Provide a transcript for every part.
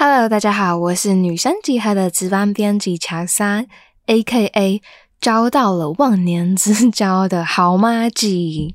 Hello， 大家好，我是女生集合的值班编辑乔莎 ，A.K.A. 交到了忘年之交的好麻吉。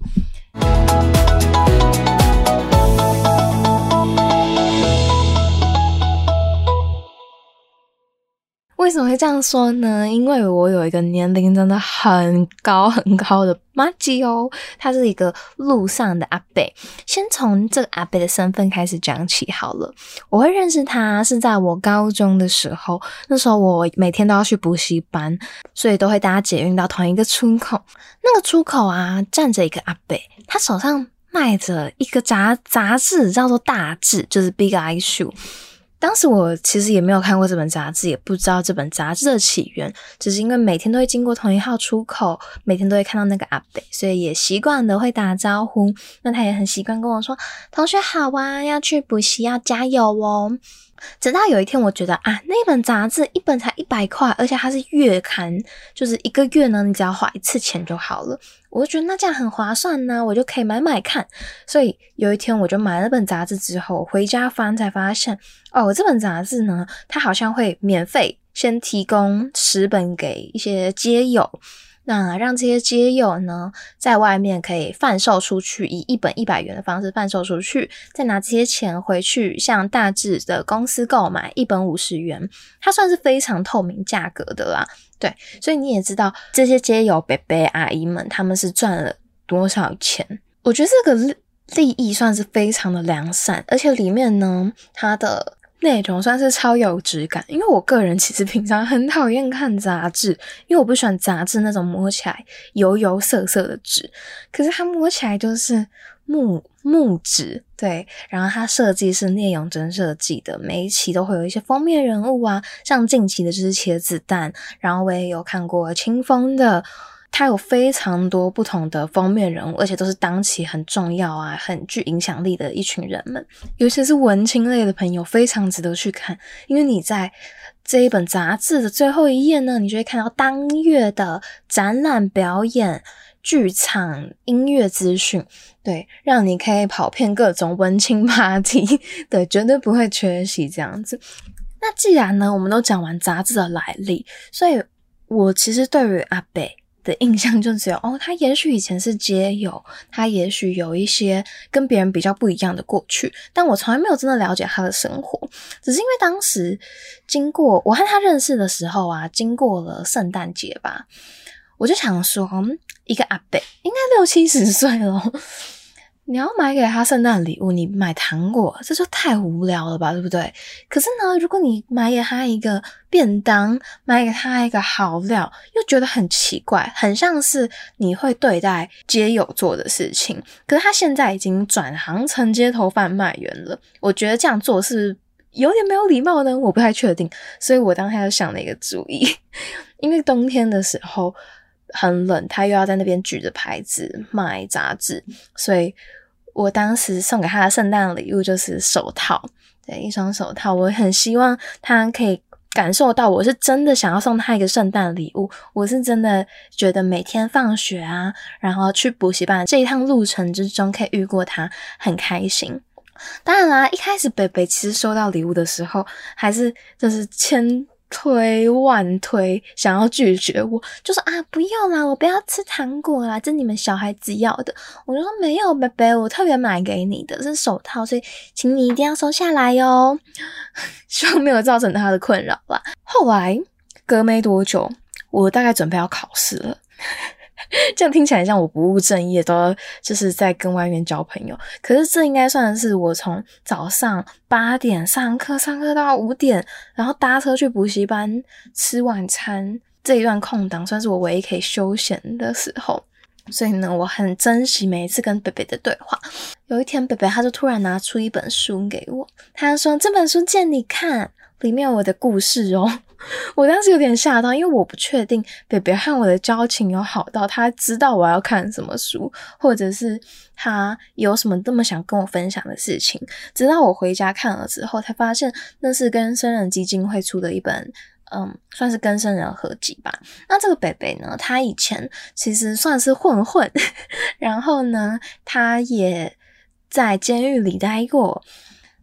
为什么会这样说呢？因为我有一个年龄真的很高很高的麻吉哦，他是一个路上的阿伯。先从这个阿伯的身份开始讲起好了。我会认识他是在我高中的时候，那时候我每天都要去补习班，所以都会搭捷运到同一个出口。那个出口啊，站着一个阿伯，他手上卖着一个杂志，叫做大志，就是 Big Issue。当时我其实也没有看过这本杂志，也不知道这本杂志的起源，只是因为每天都会经过同一号出口，每天都会看到那个阿伯，所以也习惯的会打招呼。那他也很习惯跟我说，同学好啊，要去补习要加油哦。直到有一天我觉得啊，那本杂志一本才100块，而且它是月刊，就是一个月呢你只要花一次钱就好了。我就觉得那这样很划算呢，我就可以买看。所以有一天我就买了本杂志之后回家翻才发现，这本杂志呢它好像会免费先提供10本给一些街友，那让这些街友呢在外面可以贩售出去，以1本100元的方式贩售出去，再拿这些钱回去向大致的公司购买1本50元，它算是非常透明价格的啦。对，所以你也知道这些街友伯伯阿姨们他们是赚了多少钱。我觉得这个利益算是非常的良善，而且里面呢它的内容算是超有质感，因为我个人其实平常很讨厌看杂志，因为我不喜欢杂志那种摸起来油油涩涩的纸，可是它摸起来就是木质，对，然后它设计是聂永真设计的，每一期都会有一些封面人物啊，像近期的就是茄子蛋，然后我也有看过清风的，它有非常多不同的封面人物，而且都是当期很重要啊，很具影响力的一群人们，尤其是文青类的朋友非常值得去看，因为你在这一本杂志的最后一页呢，你就会看到当月的展览表演、剧场、音乐资讯，对，让你可以跑遍各种文青 party， 对，绝对不会缺席这样子。那既然呢我们都讲完杂志的来历，所以我其实对于阿伯的印象就只有他也许以前是街友，他也许有一些跟别人比较不一样的过去，但我从来没有真的了解他的生活，只是因为当时经过我和他认识的时候啊，经过了圣诞节吧，我就想说一个阿伯应该60-70岁了，你要买给他圣诞礼物，你买糖果这就太无聊了吧，对不对？可是呢如果你买给他一个便当，买给他一个好料，又觉得很奇怪，很像是你会对待街友做的事情，可是他现在已经转行成街头贩卖员了，我觉得这样做是有点没有礼貌呢，我不太确定，所以我当下就想了一个主意，因为冬天的时候很冷，他又要在那边举着牌子卖杂志，所以我当时送给他的圣诞礼物就是手套，对，一双手套，我很希望他可以感受到我是真的想要送他一个圣诞礼物，我是真的觉得每天放学啊，然后去补习班这一趟路程之中可以遇过他很开心。当然啦，一开始北北其实收到礼物的时候还是就是千推万推想要拒绝我，就说不要啦，我不要吃糖果啦，这你们小孩子要的。我就说没有贝贝，我特别买给你的是手套，所以请你一定要收下来哟。希望没有造成他的困扰啦。后来隔没多久，我大概准备要考试了。这样听起来像我不务正业，都要就是在跟外面交朋友，可是这应该算是我从早上8点上课到5点，然后搭车去补习班吃晚餐，这一段空档算是我唯一可以休闲的时候，所以呢我很珍惜每一次跟北北的对话。有一天北北他就突然拿出一本书给我，他说这本书借你看，里面有我的故事哦。我当时有点吓到，因为我不确定北北和我的交情有好到他知道我要看什么书，或者是他有什么这么想跟我分享的事情，直到我回家看了之后才发现那是跟生人基金会出的一本算是跟生人合集吧。那这个北北呢，他以前其实算是混然后呢他也在监狱里待过，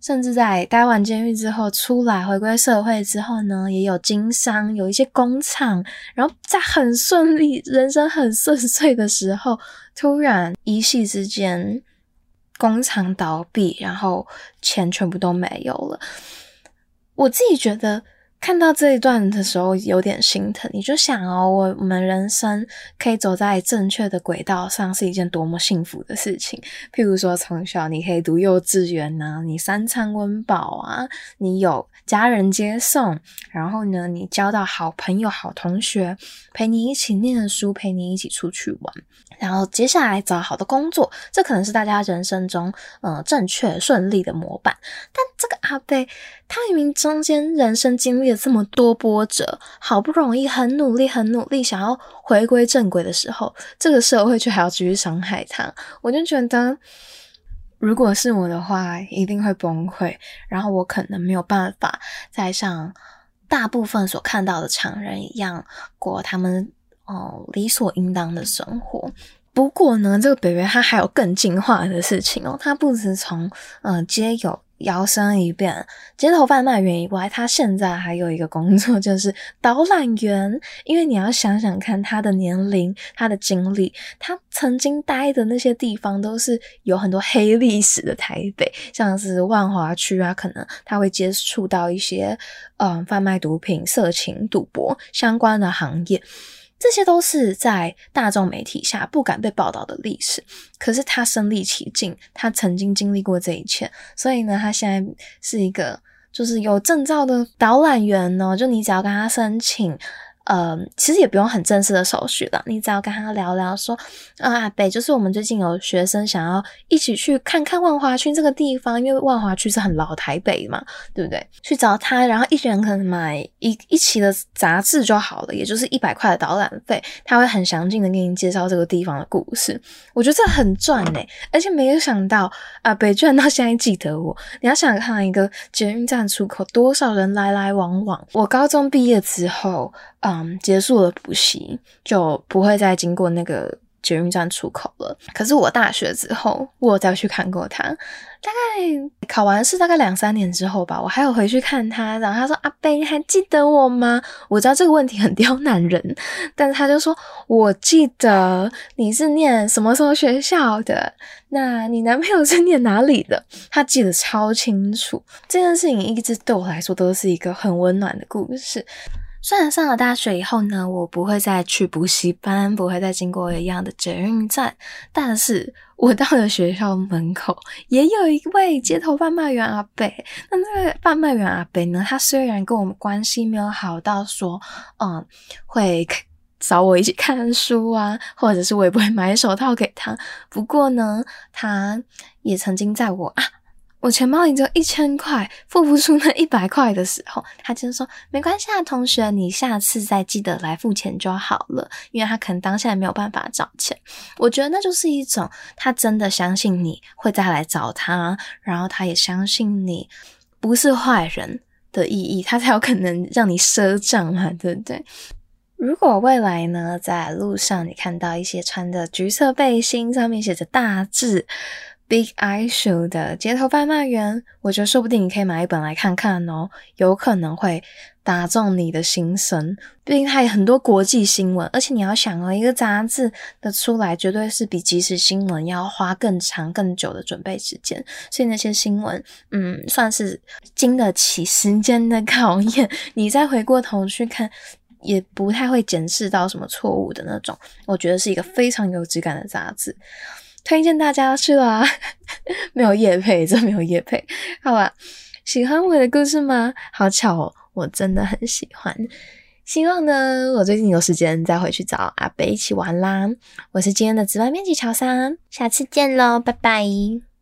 甚至在待完监狱之后出来回归社会之后呢，也有经商，有一些工厂，然后在很顺利人生很顺遂的时候，突然一夕之间工厂倒闭，然后钱全部都没有了。我自己觉得看到这一段的时候有点心疼，你就想我们人生可以走在正确的轨道上是一件多么幸福的事情。譬如说从小你可以读幼稚园啊，你3餐温饱啊，你有家人接送，然后呢你交到好朋友好同学陪你一起念书，陪你一起出去玩，然后接下来找好的工作，这可能是大家人生中正确顺利的模板。但这个阿伯他明明中间人生经历了这么多波折，好不容易很努力想要回归正轨的时候，这个社会却还要继续伤害他。我就觉得如果是我的话一定会崩溃，然后我可能没有办法再像大部分所看到的常人一样过他们理所应当的生活。不过呢，这个北北他还有更进化的事情他不止从街友摇身一变街头贩卖员以外，他现在还有一个工作就是导览员。因为你要想想看他的年龄他的经历，他曾经待的那些地方都是有很多黑历史的台北，像是万华区啊，可能他会接触到一些贩卖毒品、色情、赌博相关的行业，这些都是在大众媒体下不敢被报道的历史，可是他身历其境，他曾经经历过这一切，所以呢他现在是一个就是有证照的导览员就你只要跟他申请其实也不用很正式的手续了，你只要跟他聊聊说北就是我们最近有学生想要一起去看看万华区这个地方，因为万华区是很老台北嘛，对不对？去找他，然后一人可能买一期的杂志就好了，也就是100块的导览费，他会很详尽的给你介绍这个地方的故事。我觉得这很赚而且没有想到北居然到现在记得我。你要想看一个捷运站出口多少人来来往往，我高中毕业之后结束了补习就不会再经过那个捷运站出口了，可是我大学之后我有再去看过他，大概考完试大概2-3年之后吧，我还有回去看他，然后他说阿贝你还记得我吗？我知道这个问题很刁难人，但是他就说我记得你是念什么什么学校的，那你男朋友是念哪里的，他记得超清楚。这件事情一直对我来说都是一个很温暖的故事。虽然上了大学以后呢，我不会再去补习班，不会再经过一样的捷运站，但是我到了学校门口也有一位街头贩卖员阿伯。那这个贩卖员阿伯呢，他虽然跟我们关系没有好到说会找我一起看书啊，或者是我也不会买手套给他，不过呢他也曾经在我钱包里只有1000块付不出那100块的时候，他就说没关系同学，你下次再记得来付钱就好了，因为他可能当下没有办法找钱。我觉得那就是一种他真的相信你会再来找他，然后他也相信你不是坏人的意义，他才有可能让你赊账嘛，对不对？如果未来呢在路上你看到一些穿的橘色背心上面写着大字Big Issue 的街头贩卖员，我觉得说不定你可以买一本来看看有可能会打中你的心声。毕竟它有很多国际新闻，而且你要想一个杂志的出来绝对是比即时新闻要花更长更久的准备时间，所以那些新闻算是经得起时间的考验，你再回过头去看也不太会检视到什么错误的那种。我觉得是一个非常有质感的杂志，推荐大家去啦没有业配，真没有业配。好吧，喜欢我的故事吗？好巧我真的很喜欢。希望呢我最近有时间再回去找阿北一起玩啦。我是今天的值班编辑乔珊，下次见咯，拜拜。